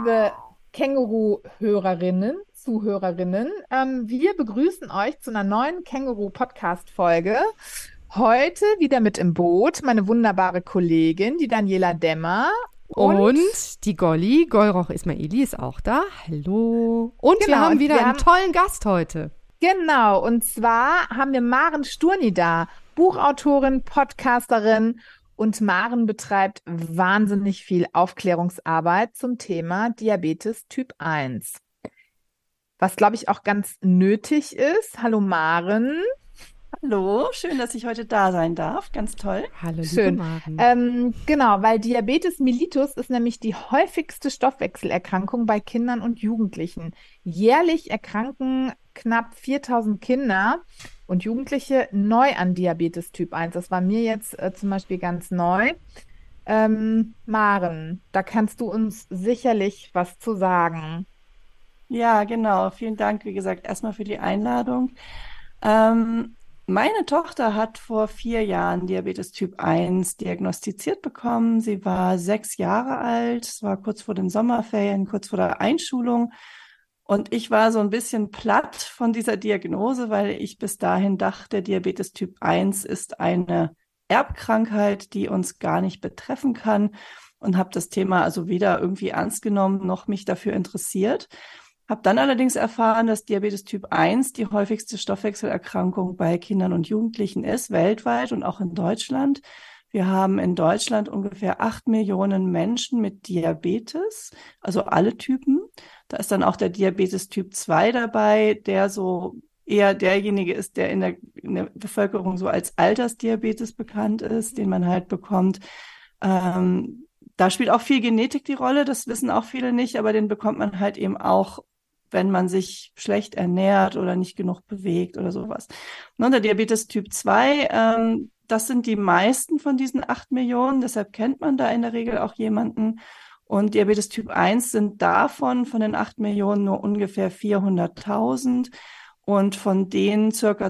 liebe Känguru-Hörerinnen, Zuhörerinnen. Wir begrüßen euch zu einer neuen Känguru-Podcast-Folge. Heute wieder mit im Boot meine wunderbare Kollegin, die Daniela Demmer. Und Und die Golroch Ismaili ist auch da. Hallo. Und wir genau, haben und wieder einen tollen Gast heute. genau, und zwar haben wir Maren Sturni da, Buchautorin, Podcasterin, und Maren betreibt wahnsinnig viel Aufklärungsarbeit zum Thema Diabetes Typ 1. Was, glaube ich, auch ganz nötig ist. Hallo Maren. Hallo, schön, dass ich heute da sein darf. Ganz toll. Hallo, liebe Schön. Maren. Genau, weil Diabetes mellitus ist nämlich die häufigste Stoffwechselerkrankung bei Kindern und Jugendlichen. Jährlich erkranken knapp 4000 Kinder und Jugendliche neu an Diabetes Typ 1. Das war mir jetzt zum Beispiel ganz neu. Maren, da kannst du uns sicherlich was zu sagen. Ja, genau. Vielen Dank, wie gesagt, erstmal für die Einladung. Ähm, Meine Tochter hat vor 4 Jahren Diabetes Typ 1 diagnostiziert bekommen. Sie war 6 Jahre alt. Es war kurz vor den Sommerferien, kurz vor der Einschulung. Und ich war so ein bisschen platt von dieser Diagnose, weil ich bis dahin dachte, Diabetes Typ 1 ist eine Erbkrankheit, die uns gar nicht betreffen kann, und habe das Thema also weder irgendwie ernst genommen noch mich dafür interessiert. Habe dann allerdings erfahren, dass Diabetes Typ 1 die häufigste Stoffwechselerkrankung bei Kindern und Jugendlichen ist, weltweit und auch in Deutschland. Wir haben in Deutschland ungefähr 8 Millionen Menschen mit Diabetes, also alle Typen. Da ist dann auch der Diabetes Typ 2 dabei, der so eher derjenige ist, der in der Bevölkerung so als Altersdiabetes bekannt ist, den man halt bekommt. Da spielt auch viel Genetik die Rolle, das wissen auch viele nicht, aber den bekommt man halt eben auch, wenn man sich schlecht ernährt oder nicht genug bewegt oder sowas. Und der Diabetes Typ 2, das sind die meisten von diesen 8 Millionen, deshalb kennt man da in der Regel auch jemanden. Und Diabetes Typ 1 sind davon, von den 8 Millionen, nur ungefähr 400.000. Und von denen circa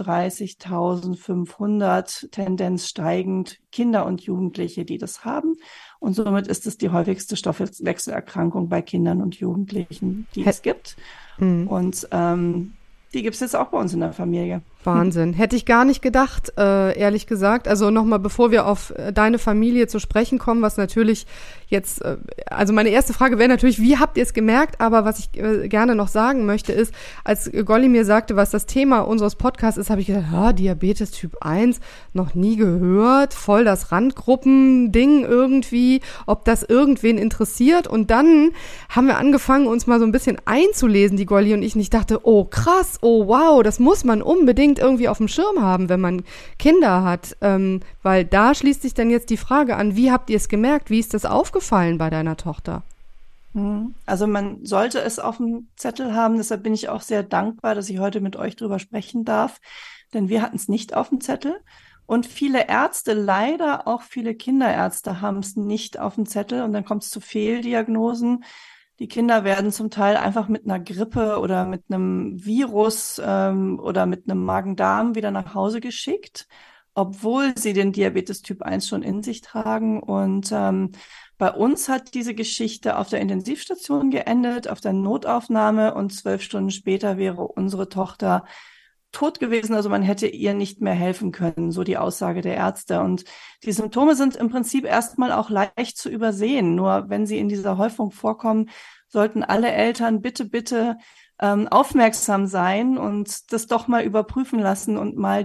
32.500, Tendenz steigend, Kinder und Jugendliche, die das haben. Und somit ist es die häufigste Stoffwechselerkrankung bei Kindern und Jugendlichen, die es gibt. Mhm. Und die gibt es jetzt auch bei uns in der Familie. Wahnsinn. Hätte ich gar nicht gedacht, ehrlich gesagt. Also nochmal, bevor wir auf deine Familie zu sprechen kommen, was natürlich jetzt, also meine erste Frage wäre natürlich, wie habt ihr es gemerkt? Aber was ich gerne noch sagen möchte ist, als Golli mir sagte, was das Thema unseres Podcasts ist, habe ich gedacht, Diabetes Typ 1, noch nie gehört, voll das Randgruppending irgendwie, ob das irgendwen interessiert. Und dann haben wir angefangen, uns mal so ein bisschen einzulesen, die Golli und ich. Und ich dachte, oh krass, oh wow, das muss man unbedingt irgendwie auf dem Schirm haben, wenn man Kinder hat, weil da schließt sich dann jetzt die Frage an, wie habt ihr es gemerkt, wie ist das aufgefallen bei deiner Tochter? Also man sollte es auf dem Zettel haben, deshalb bin ich auch sehr dankbar, dass ich heute mit euch drüber sprechen darf, denn wir hatten es nicht auf dem Zettel. Und viele Ärzte, leider auch viele Kinderärzte, haben es nicht auf dem Zettel, und dann kommt es zu Fehldiagnosen. Die Kinder werden zum Teil einfach mit einer Grippe oder mit einem Virus oder mit einem Magen-Darm wieder nach Hause geschickt, obwohl sie den Diabetes Typ 1 schon in sich tragen. Und bei uns hat diese Geschichte auf der Intensivstation geendet, auf der Notaufnahme, und 12 Stunden später wäre unsere Tochter tot gewesen. Also man hätte ihr nicht mehr helfen können, so die Aussage der Ärzte. Und die Symptome sind im Prinzip erstmal auch leicht zu übersehen. Nur wenn sie in dieser Häufung vorkommen, sollten alle Eltern bitte aufmerksam sein und das doch mal überprüfen lassen und mal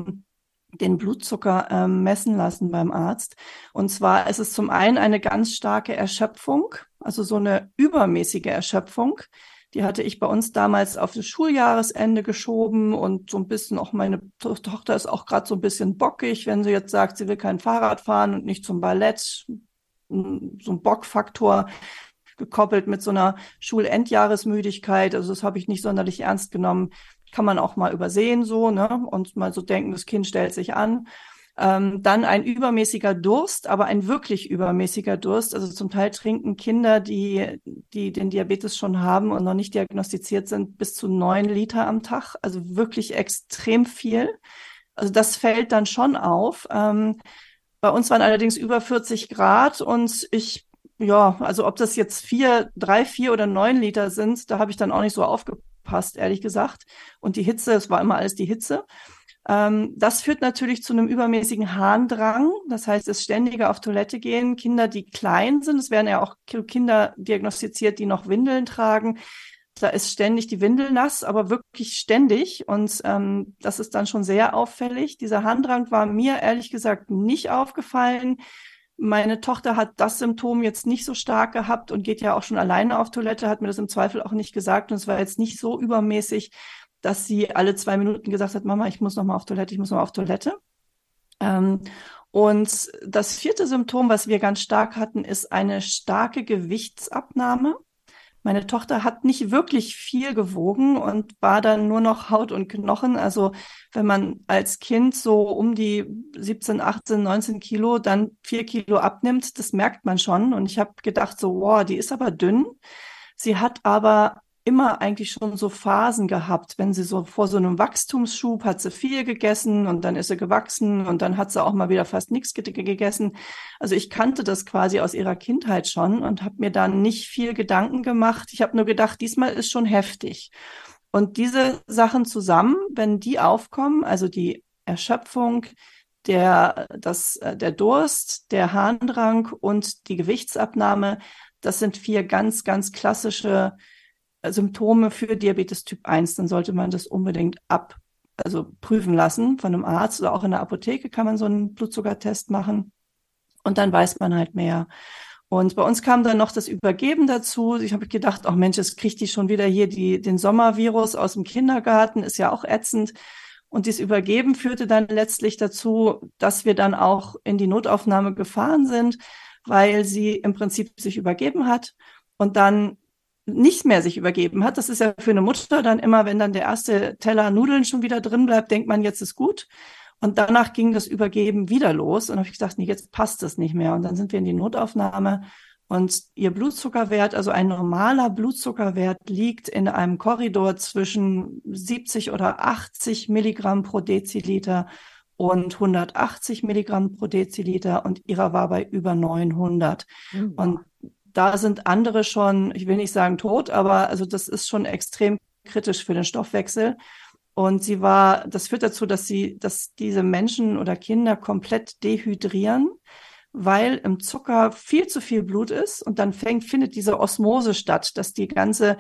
den Blutzucker messen lassen beim Arzt. Und zwar ist es zum einen eine ganz starke Erschöpfung, also so eine übermäßige Erschöpfung. Die hatte ich bei uns damals auf das Schuljahresende geschoben, und so ein bisschen auch meine Tochter ist auch gerade so ein bisschen bockig, wenn sie jetzt sagt, sie will kein Fahrrad fahren und nicht zum Ballett. So ein Bockfaktor gekoppelt mit so einer Schulendjahresmüdigkeit. Also das habe ich nicht sonderlich ernst genommen. Kann man auch mal übersehen so, ne? Und mal so denken, das Kind stellt sich an. Dann ein übermäßiger Durst, aber ein wirklich übermäßiger Durst. Also zum Teil trinken Kinder, die den Diabetes schon haben und noch nicht diagnostiziert sind, bis zu 9 Liter am Tag. Also wirklich extrem viel. Also das fällt dann schon auf. Bei uns waren allerdings über 40 Grad, und ich ja, also ob das jetzt 3, 4 oder 9 Liter sind, da habe ich dann auch nicht so aufgepasst, ehrlich gesagt. Und die Hitze, es war immer alles die Hitze. Das führt natürlich zu einem übermäßigen Harndrang. Das heißt, das ständige auf Toilette gehen. Kinder, die klein sind, es werden ja auch Kinder diagnostiziert, die noch Windeln tragen. Da ist ständig die Windel nass, aber wirklich ständig. Und das ist dann schon sehr auffällig. Dieser Harndrang war mir ehrlich gesagt nicht aufgefallen. Meine Tochter hat das Symptom jetzt nicht so stark gehabt und geht ja auch schon alleine auf Toilette, hat mir das im Zweifel auch nicht gesagt. Und es war jetzt nicht so übermäßig, dass sie alle 2 Minuten gesagt hat, Mama, ich muss noch mal auf Toilette, ich muss noch mal auf Toilette. Und das 4. Symptom, was wir ganz stark hatten, ist eine starke Gewichtsabnahme. Meine Tochter hat nicht wirklich viel gewogen und war dann nur noch Haut und Knochen. Also wenn man als Kind so um die 17, 18, 19 Kilo dann 4 Kilo abnimmt, das merkt man schon. Und ich habe gedacht so, wow, die ist aber dünn. Sie hat aber immer eigentlich schon so Phasen gehabt, wenn sie so vor so einem Wachstumsschub hat sie viel gegessen und dann ist sie gewachsen und dann hat sie auch mal wieder fast nichts gegessen. Also ich kannte das quasi aus ihrer Kindheit schon und habe mir dann nicht viel Gedanken gemacht. Ich habe nur gedacht, diesmal ist schon heftig. Und diese Sachen zusammen, wenn die aufkommen, also die Erschöpfung, der Durst, der Harndrang und die Gewichtsabnahme, das sind 4 ganz, ganz klassische Symptome für Diabetes Typ 1, dann sollte man das unbedingt prüfen lassen von einem Arzt oder auch in der Apotheke kann man so einen Blutzuckertest machen und dann weiß man halt mehr. Und bei uns kam dann noch das Übergeben dazu. Ich habe gedacht, ach Mensch, jetzt kriegt die schon wieder hier den Sommervirus aus dem Kindergarten, ist ja auch ätzend. Und dieses Übergeben führte dann letztlich dazu, dass wir dann auch in die Notaufnahme gefahren sind, weil sie im Prinzip sich übergeben hat und dann nicht mehr sich übergeben hat. Das ist ja für eine Mutter dann immer, wenn dann der erste Teller Nudeln schon wieder drin bleibt, denkt man, jetzt ist gut. Und danach ging das Übergeben wieder los. Und habe ich gesagt, nee, jetzt passt das nicht mehr. Und dann sind wir in die Notaufnahme und ihr Blutzuckerwert, also ein normaler Blutzuckerwert, liegt in einem Korridor zwischen 70 oder 80 Milligramm pro Deziliter und 180 Milligramm pro Deziliter und ihrer war bei über 900. Mhm. Und da sind andere schon, ich will nicht sagen tot, aber also das ist schon extrem kritisch für den Stoffwechsel. Und das führt dazu, dass diese Menschen oder Kinder komplett dehydrieren, weil im Zucker viel zu viel Blut ist und dann findet diese Osmose statt, dass die ganzen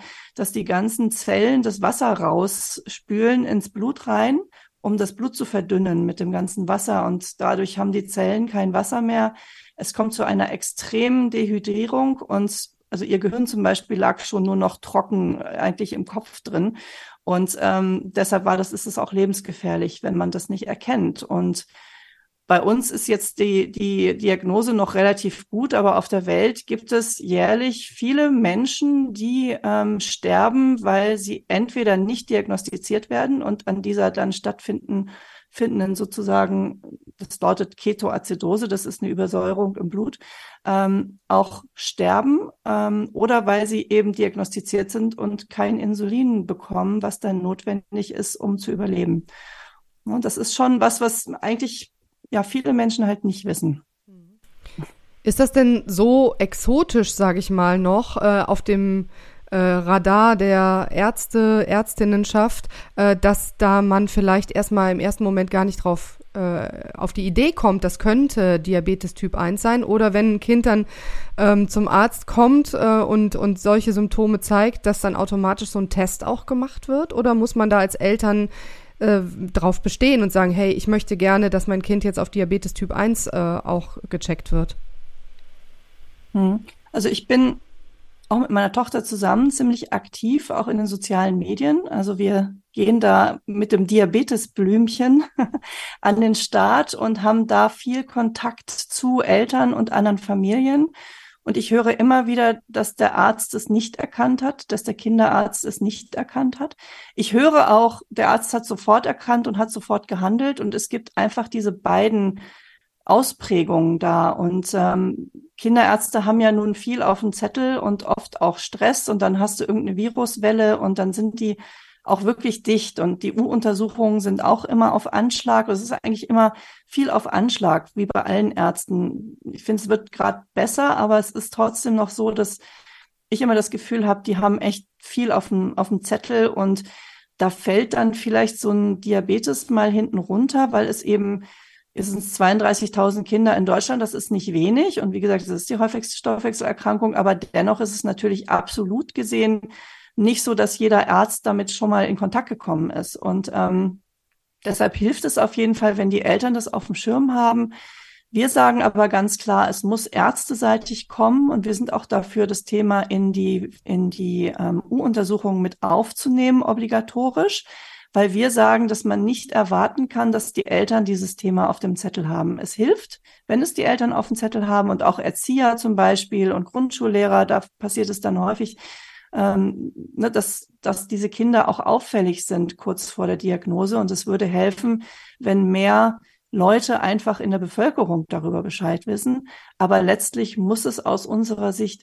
Zellen das Wasser rausspülen ins Blut rein, um das Blut zu verdünnen mit dem ganzen Wasser und dadurch haben die Zellen kein Wasser mehr. Es kommt zu einer extremen Dehydrierung und also ihr Gehirn zum Beispiel lag schon nur noch trocken eigentlich im Kopf drin. Und deshalb ist es auch lebensgefährlich, wenn man das nicht erkennt. Und bei uns ist jetzt die Diagnose noch relativ gut, aber auf der Welt gibt es jährlich viele Menschen, die sterben, weil sie entweder nicht diagnostiziert werden und an dieser dann finden sozusagen, das lautet Ketoazidose, das ist eine Übersäuerung im Blut, auch sterben oder weil sie eben diagnostiziert sind und kein Insulin bekommen, was dann notwendig ist, um zu überleben. Und das ist schon was eigentlich ja viele Menschen halt nicht wissen. Ist das denn so exotisch, sage ich mal, noch auf dem Radar der Ärztinnenschaft, dass da man vielleicht erstmal im ersten Moment gar nicht drauf auf die Idee kommt, das könnte Diabetes Typ 1 sein, oder wenn ein Kind dann zum Arzt kommt und solche Symptome zeigt, dass dann automatisch so ein Test auch gemacht wird, oder muss man da als Eltern drauf bestehen und sagen, hey, ich möchte gerne, dass mein Kind jetzt auf Diabetes Typ 1 auch gecheckt wird? Also ich bin auch mit meiner Tochter zusammen ziemlich aktiv, auch in den sozialen Medien. Also wir gehen da mit dem Diabetesblümchen an den Start und haben da viel Kontakt zu Eltern und anderen Familien. Und ich höre immer wieder, dass der Arzt es nicht erkannt hat, dass der Kinderarzt es nicht erkannt hat. Ich höre auch, der Arzt hat sofort erkannt und hat sofort gehandelt. Und es gibt einfach diese beiden Ausprägungen da. Und Kinderärzte haben ja nun viel auf dem Zettel und oft auch Stress. Und dann hast du irgendeine Viruswelle und dann sind die auch wirklich dicht. Und die U-Untersuchungen sind auch immer auf Anschlag. Es ist eigentlich immer viel auf Anschlag, wie bei allen Ärzten. Ich finde, es wird gerade besser, aber es ist trotzdem noch so, dass ich immer das Gefühl habe, die haben echt viel auf dem Zettel und da fällt dann vielleicht so ein Diabetes mal hinten runter, weil es sind 32.000 Kinder in Deutschland, das ist nicht wenig. Und wie gesagt, das ist die häufigste Stoffwechselerkrankung, aber dennoch ist es natürlich absolut gesehen nicht so, dass jeder Arzt damit schon mal in Kontakt gekommen ist. Und deshalb hilft es auf jeden Fall, wenn die Eltern das auf dem Schirm haben. Wir sagen aber ganz klar, es muss ärzteseitig kommen und wir sind auch dafür, das Thema in die U-Untersuchungen mit aufzunehmen, obligatorisch, weil wir sagen, dass man nicht erwarten kann, dass die Eltern dieses Thema auf dem Zettel haben. Es hilft, wenn es die Eltern auf dem Zettel haben und auch Erzieher zum Beispiel und Grundschullehrer, da passiert es dann häufig, dass diese Kinder auch auffällig sind kurz vor der Diagnose und es würde helfen, wenn mehr Leute einfach in der Bevölkerung darüber Bescheid wissen. Aber letztlich muss es aus unserer Sicht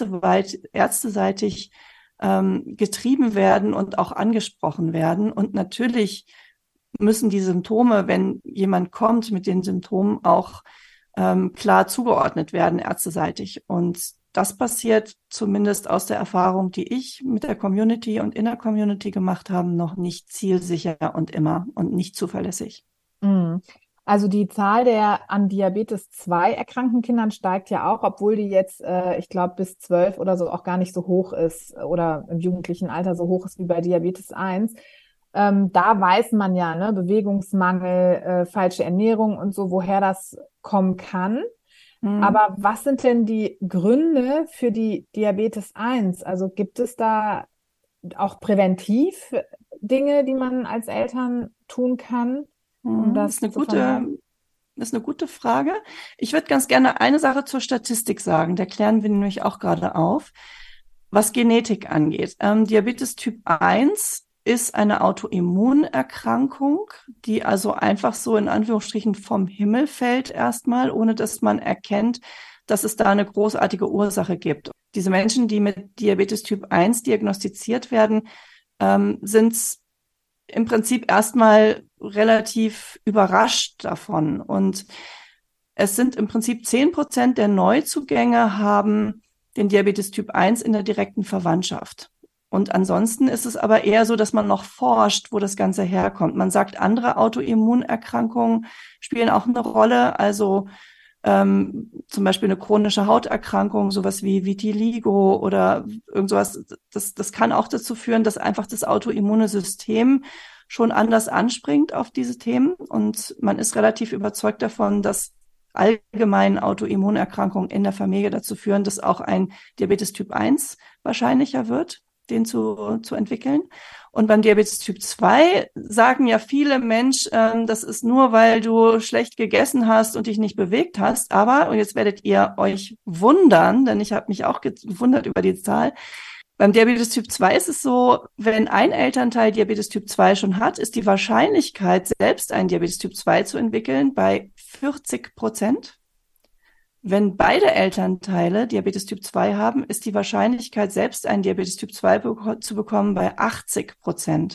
ärzteseitig getrieben werden und auch angesprochen werden. Und natürlich müssen die Symptome, wenn jemand kommt mit den Symptomen, auch klar zugeordnet werden, ärzteseitig. Und das passiert zumindest aus der Erfahrung, die ich mit der Community und in der Community gemacht habe, noch nicht zielsicher und immer und nicht zuverlässig. Also die Zahl der an Diabetes 2 erkrankten Kindern steigt ja auch, obwohl die jetzt, ich glaube, bis 12 oder so auch gar nicht so hoch ist oder im jugendlichen Alter so hoch ist wie bei Diabetes 1. Da weiß man ja, ne, Bewegungsmangel, falsche Ernährung und so, woher das kommen kann. Aber was sind denn die Gründe für die Diabetes 1? Also gibt es da auch präventiv Dinge, die man als Eltern tun kann? Das ist eine gute Frage. Ich würde ganz gerne eine Sache zur Statistik sagen. Da klären wir nämlich auch gerade auf, was Genetik angeht. Diabetes Typ 1 ist eine Autoimmunerkrankung, die also einfach so in Anführungsstrichen vom Himmel fällt erstmal, ohne dass man erkennt, dass es da eine großartige Ursache gibt. Diese Menschen, die mit Diabetes Typ 1 diagnostiziert werden, sind im Prinzip erstmal relativ überrascht davon. Und es sind im Prinzip 10% der Neuzugänge haben den Diabetes Typ 1 in der direkten Verwandtschaft. Und ansonsten ist es aber eher so, dass man noch forscht, wo das Ganze herkommt. Man sagt, andere Autoimmunerkrankungen spielen auch eine Rolle. Also zum Beispiel eine chronische Hauterkrankung, sowas wie Vitiligo oder irgend sowas. Das kann auch dazu führen, dass einfach das autoimmune System schon anders anspringt auf diese Themen. Und man ist relativ überzeugt davon, dass allgemein Autoimmunerkrankungen in der Familie dazu führen, dass auch ein Diabetes Typ 1 wahrscheinlicher wird, den zu entwickeln. Und beim Diabetes Typ 2 sagen ja viele Menschen, das ist nur, weil du schlecht gegessen hast und dich nicht bewegt hast. Aber, und jetzt werdet ihr euch wundern, denn ich habe mich auch gewundert über die Zahl, beim Diabetes Typ 2 ist es so, wenn ein Elternteil Diabetes Typ 2 schon hat, ist die Wahrscheinlichkeit, selbst einen Diabetes Typ 2 zu entwickeln, bei 40%. Wenn beide Elternteile Diabetes Typ 2 haben, ist die Wahrscheinlichkeit, selbst einen Diabetes Typ 2 zu bekommen, bei 80%.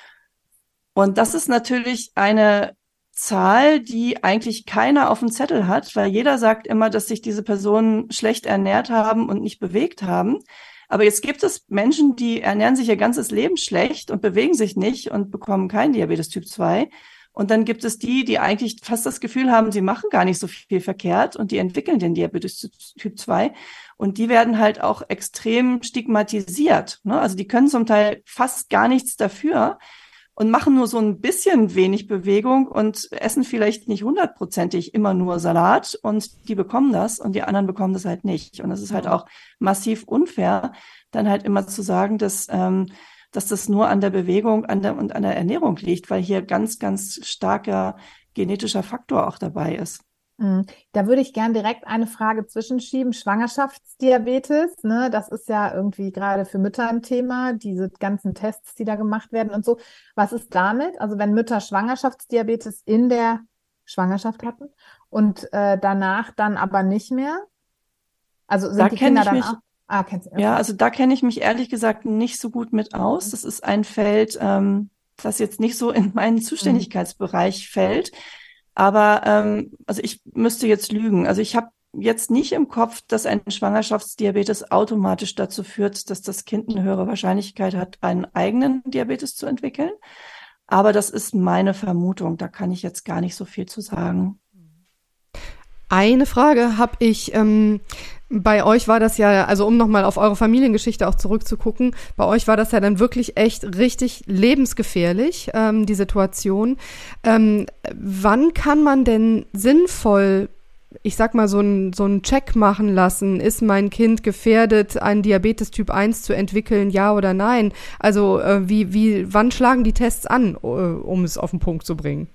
Und das ist natürlich eine Zahl, die eigentlich keiner auf dem Zettel hat, weil jeder sagt immer, dass sich diese Personen schlecht ernährt haben und nicht bewegt haben. Aber jetzt gibt es Menschen, die ernähren sich ihr ganzes Leben schlecht und bewegen sich nicht und bekommen keinen Diabetes Typ 2. Und dann gibt es die eigentlich fast das Gefühl haben, sie machen gar nicht so viel verkehrt und die entwickeln den Diabetes Typ 2. Und die werden halt auch extrem stigmatisiert, ne? Also die können zum Teil fast gar nichts dafür und machen nur so ein bisschen wenig Bewegung und essen vielleicht nicht 100%ig immer nur Salat und die bekommen das und die anderen bekommen das halt nicht. Und das ist halt auch massiv unfair, dann halt immer zu sagen, dass das nur an der Bewegung und an der Ernährung liegt, weil hier ganz, ganz starker genetischer Faktor auch dabei ist. Da würde ich gern direkt eine Frage zwischenschieben. Schwangerschaftsdiabetes, ne, das ist ja irgendwie gerade für Mütter ein Thema, diese ganzen Tests, die da gemacht werden und so. Was ist damit? Also wenn Mütter Schwangerschaftsdiabetes in der Schwangerschaft hatten und danach dann aber nicht mehr? Also sind die Kinder dann auch? Kennst du. Okay. Ja, also da kenne ich mich ehrlich gesagt nicht so gut mit aus. Das ist ein Feld, das jetzt nicht so in meinen Zuständigkeitsbereich fällt. Aber also ich müsste jetzt lügen. Also ich habe jetzt nicht im Kopf, dass ein Schwangerschaftsdiabetes automatisch dazu führt, dass das Kind eine höhere Wahrscheinlichkeit hat, einen eigenen Diabetes zu entwickeln. Aber das ist meine Vermutung. Da kann ich jetzt gar nicht so viel zu sagen. Eine Frage habe ich, bei euch war das ja, also um nochmal auf eure Familiengeschichte auch zurückzugucken, bei euch war das ja dann wirklich echt richtig lebensgefährlich, die Situation. Wann kann man denn sinnvoll, ich sag mal, so einen Check machen lassen? Ist mein Kind gefährdet, einen Diabetes Typ 1 zu entwickeln, ja oder nein? Also wann schlagen die Tests an, um es auf den Punkt zu bringen?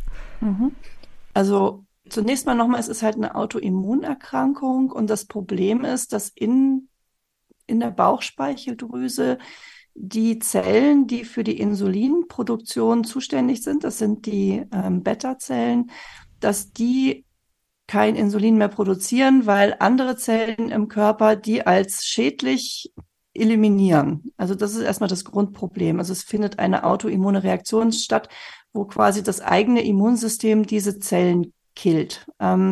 Also zunächst mal nochmal, es ist halt eine Autoimmunerkrankung und das Problem ist, dass in der Bauchspeicheldrüse die Zellen, die für die Insulinproduktion zuständig sind, das sind die Beta-Zellen, dass die kein Insulin mehr produzieren, weil andere Zellen im Körper die als schädlich eliminieren. Also das ist erstmal das Grundproblem. Also es findet eine autoimmune Reaktion statt, wo quasi das eigene Immunsystem diese Zellen killt.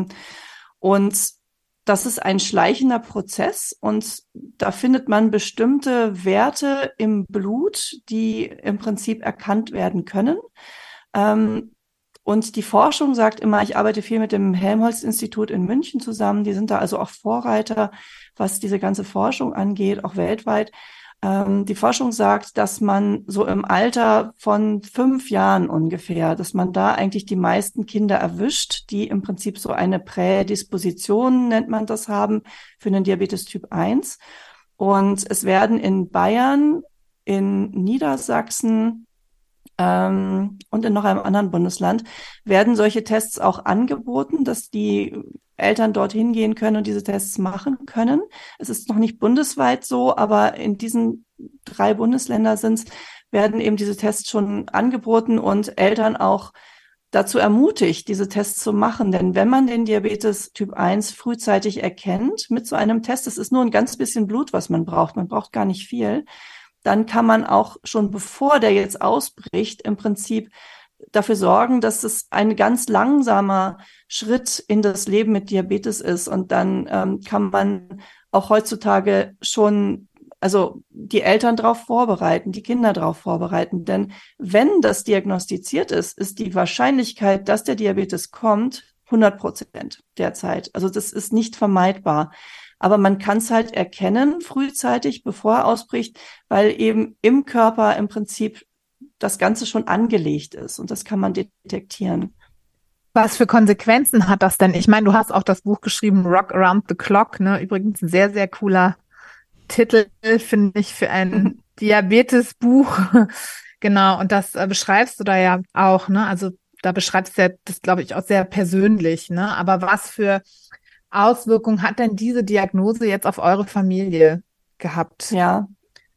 Und das ist ein schleichender Prozess und da findet man bestimmte Werte im Blut, die im Prinzip erkannt werden können. Und die Forschung sagt immer, ich arbeite viel mit dem Helmholtz-Institut in München zusammen. Die sind da also auch Vorreiter, was diese ganze Forschung angeht, auch weltweit. Die Forschung sagt, dass man so im Alter von 5 Jahren ungefähr, dass man da eigentlich die meisten Kinder erwischt, die im Prinzip so eine Prädisposition, nennt man das, haben für einen Diabetes Typ 1. Und es werden in Bayern, in Niedersachsen und in noch einem anderen Bundesland werden solche Tests auch angeboten, dass die Eltern dorthin gehen können und diese Tests machen können. Es ist noch nicht bundesweit so, aber in diesen 3 Bundesländern werden eben diese Tests schon angeboten und Eltern auch dazu ermutigt, diese Tests zu machen. Denn wenn man den Diabetes Typ 1 frühzeitig erkennt mit so einem Test, das ist nur ein ganz bisschen Blut, was man braucht gar nicht viel, dann kann man auch schon bevor der jetzt ausbricht, im Prinzip dafür sorgen, dass es ein ganz langsamer Schritt in das Leben mit Diabetes ist. Und dann kann man auch heutzutage schon, also die Eltern darauf vorbereiten, die Kinder darauf vorbereiten. Denn wenn das diagnostiziert ist, ist die Wahrscheinlichkeit, dass der Diabetes kommt, 100% derzeit. Also das ist nicht vermeidbar. Aber man kann es halt erkennen frühzeitig, bevor er ausbricht, weil eben im Körper im Prinzip das Ganze schon angelegt ist und das kann man detektieren. Was für Konsequenzen hat das denn? Ich meine, du hast auch das Buch geschrieben, Rock Around the Clock, ne? Übrigens ein sehr, sehr cooler Titel, finde ich, für ein Diabetes-Buch. Genau, und das beschreibst du da ja auch, ne? Also da beschreibst du ja das, glaube ich, auch sehr persönlich, ne? Aber was für Auswirkungen hat denn diese Diagnose jetzt auf eure Familie gehabt? Ja,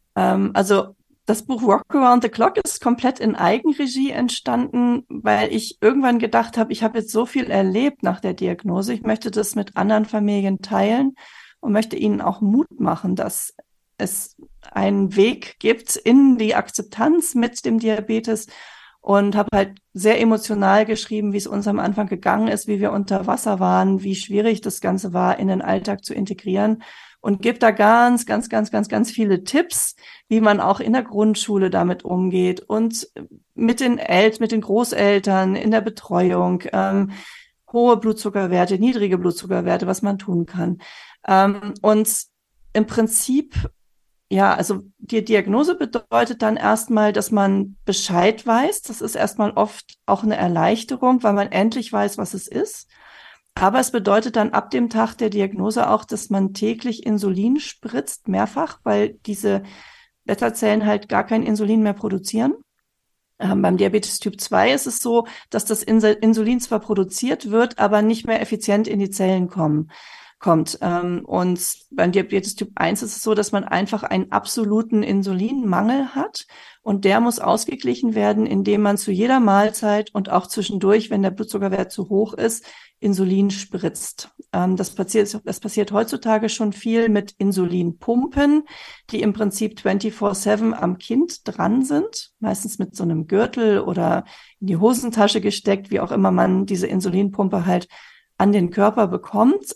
also das Buch Rock Around the Clock ist komplett in Eigenregie entstanden, weil ich irgendwann gedacht habe, ich habe jetzt so viel erlebt nach der Diagnose. Ich möchte das mit anderen Familien teilen und möchte ihnen auch Mut machen, dass es einen Weg gibt in die Akzeptanz mit dem Diabetes und habe halt sehr emotional geschrieben, wie es uns am Anfang gegangen ist, wie wir unter Wasser waren, wie schwierig das Ganze war, in den Alltag zu integrieren und gebe da ganz viele Tipps, wie man auch in der Grundschule damit umgeht und mit den Großeltern in der Betreuung, hohe Blutzuckerwerte, niedrige Blutzuckerwerte, was man tun kann. Und im Prinzip, ja, also die Diagnose bedeutet dann erstmal, dass man Bescheid weiß. Das ist erstmal oft auch eine Erleichterung, weil man endlich weiß, was es ist. Aber es bedeutet dann ab dem Tag der Diagnose auch, dass man täglich Insulin spritzt, mehrfach, weil diese Beta-Zellen halt gar kein Insulin mehr produzieren. Beim Diabetes Typ 2 ist es so, dass das Insulin zwar produziert wird, aber nicht mehr effizient in die Zellen kommen. kommt. Und beim Diabetes Typ 1 ist es so, dass man einfach einen absoluten Insulinmangel hat. Und der muss ausgeglichen werden, indem man zu jeder Mahlzeit und auch zwischendurch, wenn der Blutzuckerwert zu hoch ist, Insulin spritzt. Das passiert heutzutage schon viel mit Insulinpumpen, die im Prinzip 24/7 am Kind dran sind, meistens mit so einem Gürtel oder in die Hosentasche gesteckt, wie auch immer man diese Insulinpumpe halt an den Körper bekommt.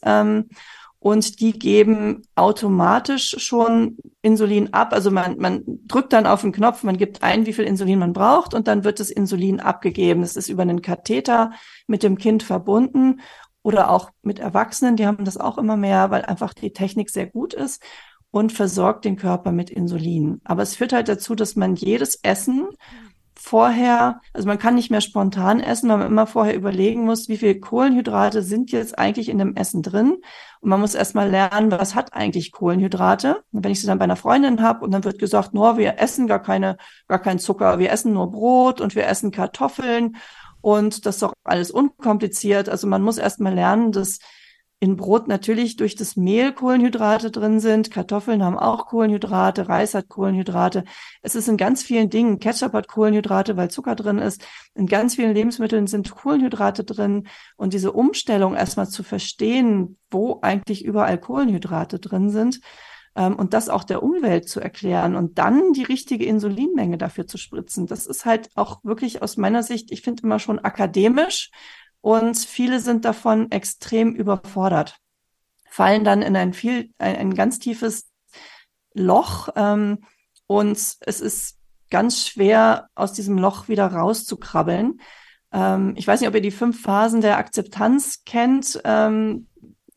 Und die geben automatisch schon Insulin ab. Also man drückt dann auf den Knopf, man gibt ein, wie viel Insulin man braucht und dann wird das Insulin abgegeben. Das ist über einen Katheter mit dem Kind verbunden oder auch mit Erwachsenen. Die haben das auch immer mehr, weil einfach die Technik sehr gut ist und versorgt den Körper mit Insulin. Aber es führt halt dazu, dass man jedes Essen vorher, also man kann nicht mehr spontan essen, weil man immer vorher überlegen muss, wie viel Kohlenhydrate sind jetzt eigentlich in dem Essen drin. Und man muss erstmal lernen, was hat eigentlich Kohlenhydrate. Und wenn ich sie dann bei einer Freundin habe und dann wird gesagt, no, wir essen gar keinen Zucker, wir essen nur Brot und wir essen Kartoffeln und das ist doch alles unkompliziert. Also man muss erstmal lernen, dass in Brot natürlich durch das Mehl Kohlenhydrate drin sind. Kartoffeln haben auch Kohlenhydrate, Reis hat Kohlenhydrate. Es ist in ganz vielen Dingen, Ketchup hat Kohlenhydrate, weil Zucker drin ist. In ganz vielen Lebensmitteln sind Kohlenhydrate drin. Und diese Umstellung erstmal zu verstehen, wo eigentlich überall Kohlenhydrate drin sind, und das auch der Umwelt zu erklären und dann die richtige Insulinmenge dafür zu spritzen. Das ist halt auch wirklich aus meiner Sicht, ich finde immer schon akademisch. Und viele sind davon extrem überfordert, fallen dann in ein ganz tiefes Loch. Und es ist ganz schwer, aus diesem Loch wieder rauszukrabbeln. Ich weiß nicht, ob ihr die 5 Phasen der Akzeptanz kennt. Und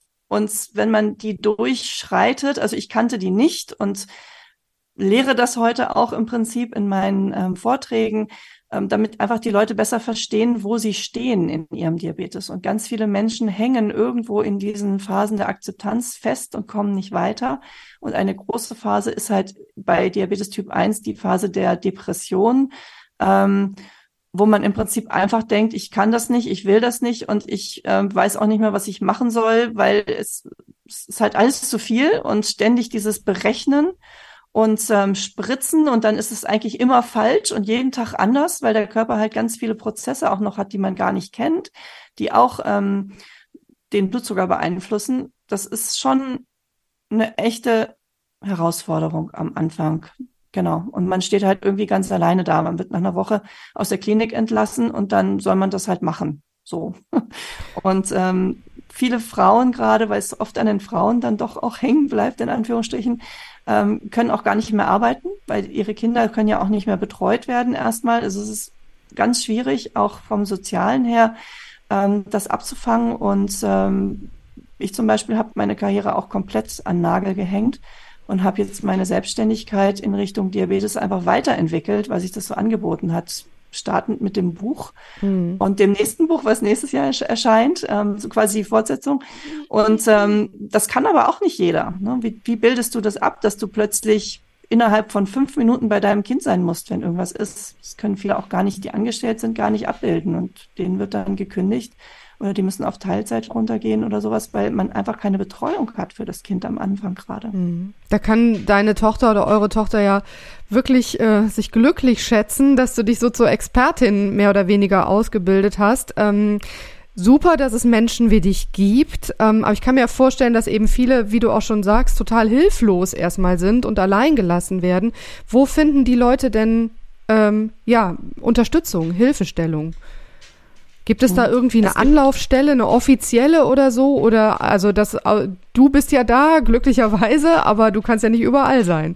wenn man die durchschreitet, also ich kannte die nicht und lehre das heute auch im Prinzip in meinen Vorträgen, damit einfach die Leute besser verstehen, wo sie stehen in ihrem Diabetes. Und ganz viele Menschen hängen irgendwo in diesen Phasen der Akzeptanz fest und kommen nicht weiter. Und eine große Phase ist halt bei Diabetes Typ 1 die Phase der Depression, wo man im Prinzip einfach denkt, ich kann das nicht, ich will das nicht und ich weiß auch nicht mehr, was ich machen soll, weil es ist halt alles zu viel und ständig dieses Berechnen und spritzen und dann ist es eigentlich immer falsch und jeden Tag anders, weil der Körper halt ganz viele Prozesse auch noch hat, die man gar nicht kennt, die auch den Blutzucker beeinflussen. Das ist schon eine echte Herausforderung am Anfang. Genau. Und man steht halt irgendwie ganz alleine da. Man wird nach einer Woche aus der Klinik entlassen und dann soll man das halt machen. So. Und viele Frauen gerade, weil es oft an den Frauen dann doch auch hängen bleibt, in Anführungsstrichen, können auch gar nicht mehr arbeiten, weil ihre Kinder können ja auch nicht mehr betreut werden erstmal. Also es ist ganz schwierig, auch vom Sozialen her, das abzufangen. Und ich zum Beispiel habe meine Karriere auch komplett an den Nagel gehängt und habe jetzt meine Selbstständigkeit in Richtung Diabetes einfach weiterentwickelt, weil sich das so angeboten hat, startend mit dem Buch und dem nächsten Buch, was nächstes Jahr erscheint, so quasi die Fortsetzung. Und das kann aber auch nicht jeder. Ne? Wie bildest du das ab, dass du plötzlich innerhalb von 5 Minuten bei deinem Kind sein musst, wenn irgendwas ist? Das können viele auch gar nicht, die angestellt sind, gar nicht abbilden. Und denen wird dann gekündigt oder die müssen auf Teilzeit runtergehen oder sowas, weil man einfach keine Betreuung hat für das Kind am Anfang gerade. Da kann deine Tochter oder eure Tochter ja wirklich sich glücklich schätzen, dass du dich so zur Expertin mehr oder weniger ausgebildet hast. Super, dass es Menschen wie dich gibt, aber ich kann mir ja vorstellen, dass eben viele, wie du auch schon sagst, total hilflos erstmal sind und allein gelassen werden. Wo finden die Leute denn Unterstützung, Hilfestellung? Gibt es da irgendwie eine Anlaufstelle, eine offizielle oder so? Oder also du bist ja da, glücklicherweise, aber du kannst ja nicht überall sein.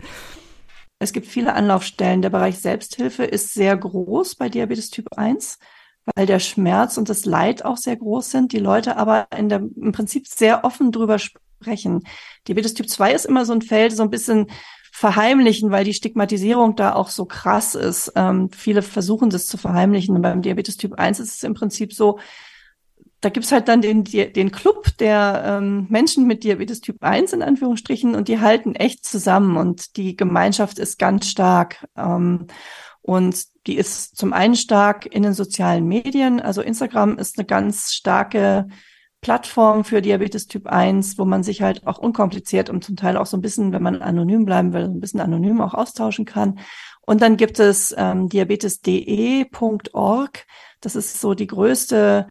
Es gibt viele Anlaufstellen. Der Bereich Selbsthilfe ist sehr groß bei Diabetes Typ 1, weil der Schmerz und das Leid auch sehr groß sind, die Leute aber im Prinzip sehr offen drüber sprechen. Diabetes Typ 2 ist immer so ein Feld, so ein bisschen verheimlichen, weil die Stigmatisierung da auch so krass ist. Viele versuchen das zu verheimlichen. Und beim Diabetes Typ 1 ist es im Prinzip so, da gibt's halt dann den Club der Menschen mit Diabetes Typ 1 in Anführungsstrichen und die halten echt zusammen und die Gemeinschaft ist ganz stark. Und die ist zum einen stark in den sozialen Medien. Also Instagram ist eine ganz starke Plattform für Diabetes Typ 1, wo man sich halt auch unkompliziert und zum Teil auch so ein bisschen, wenn man anonym bleiben will, ein bisschen anonym auch austauschen kann. Und dann gibt es diabetesde.org. Das ist so die größte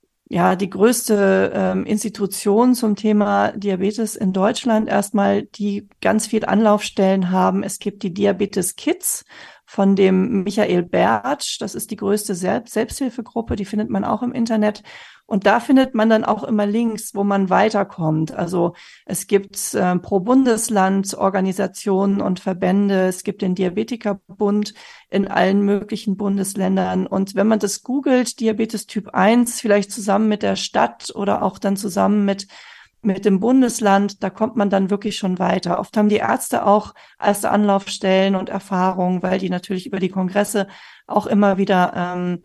Institution zum Thema Diabetes in Deutschland erstmal, die ganz viel Anlaufstellen haben. Es gibt die Diabetes Kids von dem Michael Bertsch. Das ist die größte Selbsthilfegruppe, die findet man auch im Internet. Und da findet man dann auch immer Links, wo man weiterkommt. Also es gibt pro Bundesland Organisationen und Verbände. Es gibt den Diabetikerbund in allen möglichen Bundesländern. Und wenn man das googelt, Diabetes Typ 1, vielleicht zusammen mit der Stadt oder auch dann zusammen mit dem Bundesland, da kommt man dann wirklich schon weiter. Oft haben die Ärzte auch erste Anlaufstellen und Erfahrungen, weil die natürlich über die Kongresse auch immer wieder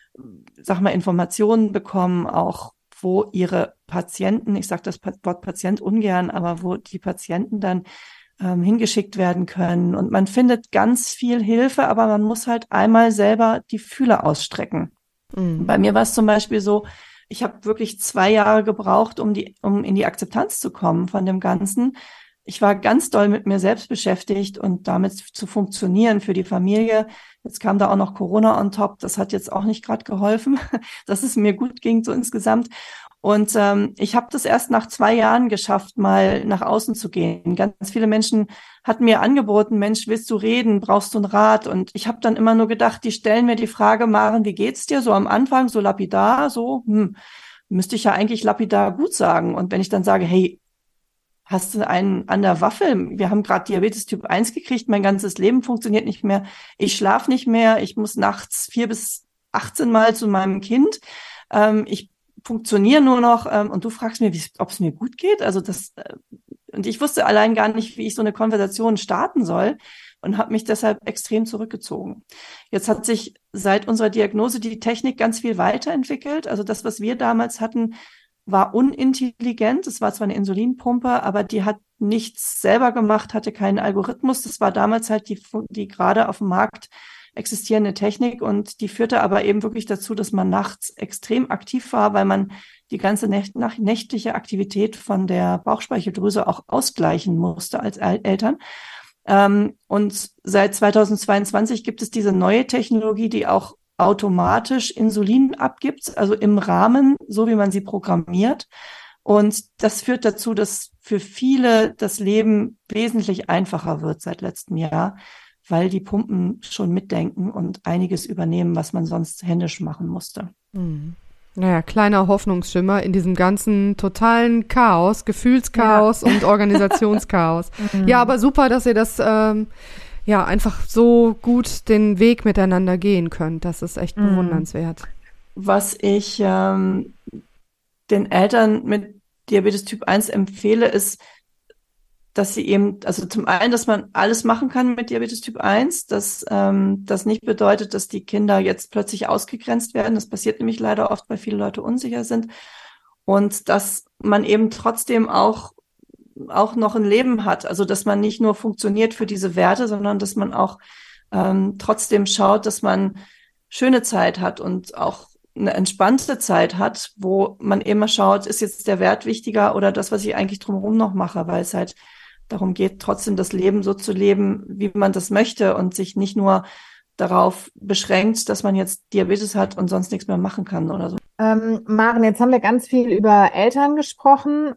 Informationen bekommen, auch wo ihre Patienten, ich sage das Wort Patient ungern, aber wo die Patienten dann hingeschickt werden können. Und man findet ganz viel Hilfe, aber man muss halt einmal selber die Fühler ausstrecken. Mhm. Bei mir war es zum Beispiel so, ich habe wirklich 2 Jahre gebraucht, um in die Akzeptanz zu kommen von dem Ganzen. Ich war ganz doll mit mir selbst beschäftigt und damit zu funktionieren für die Familie. Jetzt kam da auch noch Corona on top. Das hat jetzt auch nicht gerade geholfen, dass es mir gut ging so insgesamt. Und ich habe das erst nach 2 Jahren geschafft, mal nach außen zu gehen. Ganz viele Menschen hatten mir angeboten, Mensch, willst du reden? Brauchst du einen Rat? Und ich habe dann immer nur gedacht, die stellen mir die Frage, Maren, wie geht's dir? So am Anfang, so lapidar, so, müsste ich ja eigentlich lapidar gut sagen. Und wenn ich dann sage, hey, hast du einen an der Waffel? Wir haben gerade Diabetes Typ 1 gekriegt, mein ganzes Leben funktioniert nicht mehr. Ich schlafe nicht mehr, ich muss nachts 4 bis 18 Mal zu meinem Kind. Ich funktioniere nur noch und du fragst mir, ob es mir gut geht. Also und ich wusste allein gar nicht, wie ich so eine Konversation starten soll und habe mich deshalb extrem zurückgezogen. Jetzt hat sich seit unserer Diagnose die Technik ganz viel weiterentwickelt. Also das, was wir damals hatten, war unintelligent. Es war zwar eine Insulinpumpe, aber die hat nichts selber gemacht, hatte keinen Algorithmus. Das war damals halt die gerade auf dem Markt existierende Technik und die führte aber eben wirklich dazu, dass man nachts extrem aktiv war, weil man die ganze nächtliche Aktivität von der Bauchspeicheldrüse auch ausgleichen musste als Eltern. Und seit 2022 gibt es diese neue Technologie, die auch automatisch Insulin abgibt, also im Rahmen, so wie man sie programmiert. Und das führt dazu, dass für viele das Leben wesentlich einfacher wird seit letztem Jahr, weil die Pumpen schon mitdenken und einiges übernehmen, was man sonst händisch machen musste. Mhm. Naja, kleiner Hoffnungsschimmer in diesem ganzen totalen Chaos, Gefühlschaos und Organisationschaos. Ja, aber super, dass ihr das einfach so gut den Weg miteinander gehen könnt. Das ist echt bewundernswert. Was ich den Eltern mit Diabetes Typ 1 empfehle, ist, dass sie eben, also zum einen, dass man alles machen kann mit Diabetes Typ 1, dass das nicht bedeutet, dass die Kinder jetzt plötzlich ausgegrenzt werden. Das passiert nämlich leider oft, weil viele Leute unsicher sind. Und dass man eben trotzdem auch noch ein Leben hat. Also dass man nicht nur funktioniert für diese Werte, sondern dass man auch trotzdem schaut, dass man schöne Zeit hat und auch eine entspannte Zeit hat, wo man immer schaut, ist jetzt der Wert wichtiger oder das, was ich eigentlich drumherum noch mache, weil es halt darum geht, trotzdem das Leben so zu leben, wie man das möchte und sich nicht nur darauf beschränkt, dass man jetzt Diabetes hat und sonst nichts mehr machen kann oder so. Maren, jetzt haben wir ganz viel über Eltern gesprochen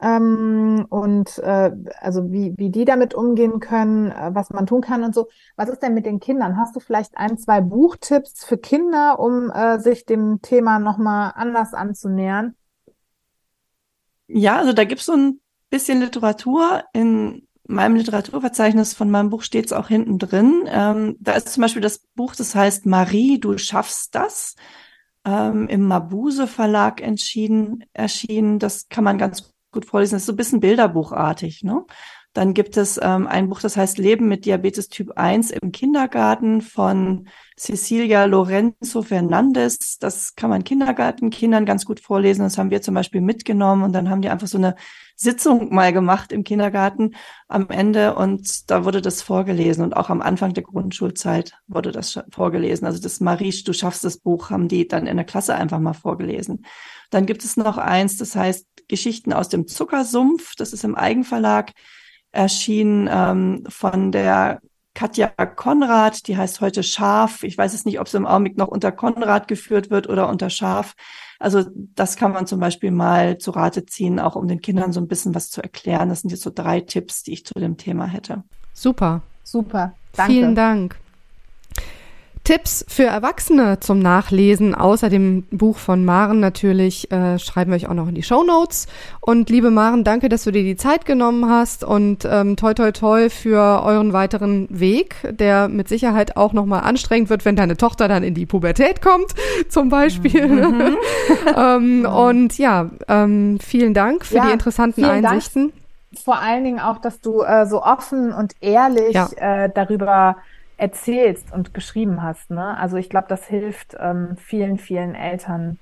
also wie die damit umgehen können, was man tun kann und so. Was ist denn mit den Kindern? Hast du vielleicht 1, 2 Buchtipps für Kinder, um sich dem Thema nochmal anders anzunähern? Ja, also da gibt es so ein bisschen Literatur. In meinem Literaturverzeichnis von meinem Buch steht es auch hinten drin. Da ist zum Beispiel das Buch, das heißt Marie, du schaffst das. Im Mabuse Verlag erschienen. Das kann man ganz gut vorlesen. Das ist so ein bisschen bilderbuchartig, ne? Dann gibt es ein Buch, das heißt Leben mit Diabetes Typ 1 im Kindergarten von Cecilia Lorenzo Fernandez. Das kann man Kindergartenkindern ganz gut vorlesen. Das haben wir zum Beispiel mitgenommen und dann haben die einfach so eine Sitzung mal gemacht im Kindergarten am Ende und da wurde das vorgelesen und auch am Anfang der Grundschulzeit wurde das vorgelesen. Also das Marie, du schaffst das Buch, haben die dann in der Klasse einfach mal vorgelesen. Dann gibt es noch eins, das heißt Geschichten aus dem Zuckersumpf. Das ist im Eigenverlag erschienen von der Katja Konrad, die heißt heute Scharf. Ich weiß es nicht, ob sie im Augenblick noch unter Konrad geführt wird oder unter Scharf. Also das kann man zum Beispiel mal zu Rate ziehen, auch um den Kindern so ein bisschen was zu erklären. Das sind jetzt so 3 Tipps, die ich zu dem Thema hätte. Super. Super. Danke. Vielen Dank. Tipps für Erwachsene zum Nachlesen, außer dem Buch von Maren natürlich, schreiben wir euch auch noch in die Shownotes. Und liebe Maren, danke, dass du dir die Zeit genommen hast und toi toi toi für euren weiteren Weg, der mit Sicherheit auch nochmal anstrengend wird, wenn deine Tochter dann in die Pubertät kommt, zum Beispiel. Mhm. Und ja, vielen Dank für die interessanten Einsichten. Dank. Vor allen Dingen auch, dass du so offen und ehrlich darüber erzählst und geschrieben hast, ne? Also ich glaube, das hilft vielen, vielen Eltern,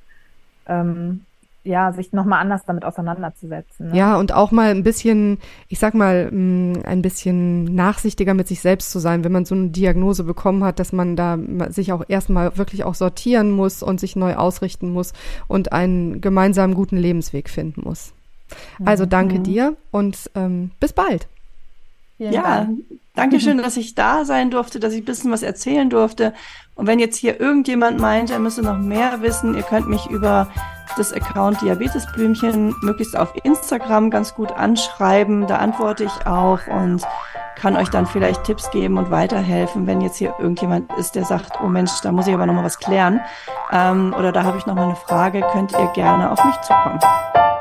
sich nochmal anders damit auseinanderzusetzen. Ne? Ja, und auch mal ein bisschen, ich sag mal, ein bisschen nachsichtiger mit sich selbst zu sein, wenn man so eine Diagnose bekommen hat, dass man da sich auch erstmal wirklich auch sortieren muss und sich neu ausrichten muss und einen gemeinsamen guten Lebensweg finden muss. Also danke dir und bis bald. Ja, danke schön, dass ich da sein durfte, dass ich ein bisschen was erzählen durfte. Und wenn jetzt hier irgendjemand meint, er müsse noch mehr wissen, ihr könnt mich über das Account Diabetesblümchen möglichst auf Instagram ganz gut anschreiben. Da antworte ich auch und kann euch dann vielleicht Tipps geben und weiterhelfen, wenn jetzt hier irgendjemand ist, der sagt, oh Mensch, da muss ich aber noch mal was klären. Oder da habe ich noch mal eine Frage, könnt ihr gerne auf mich zukommen.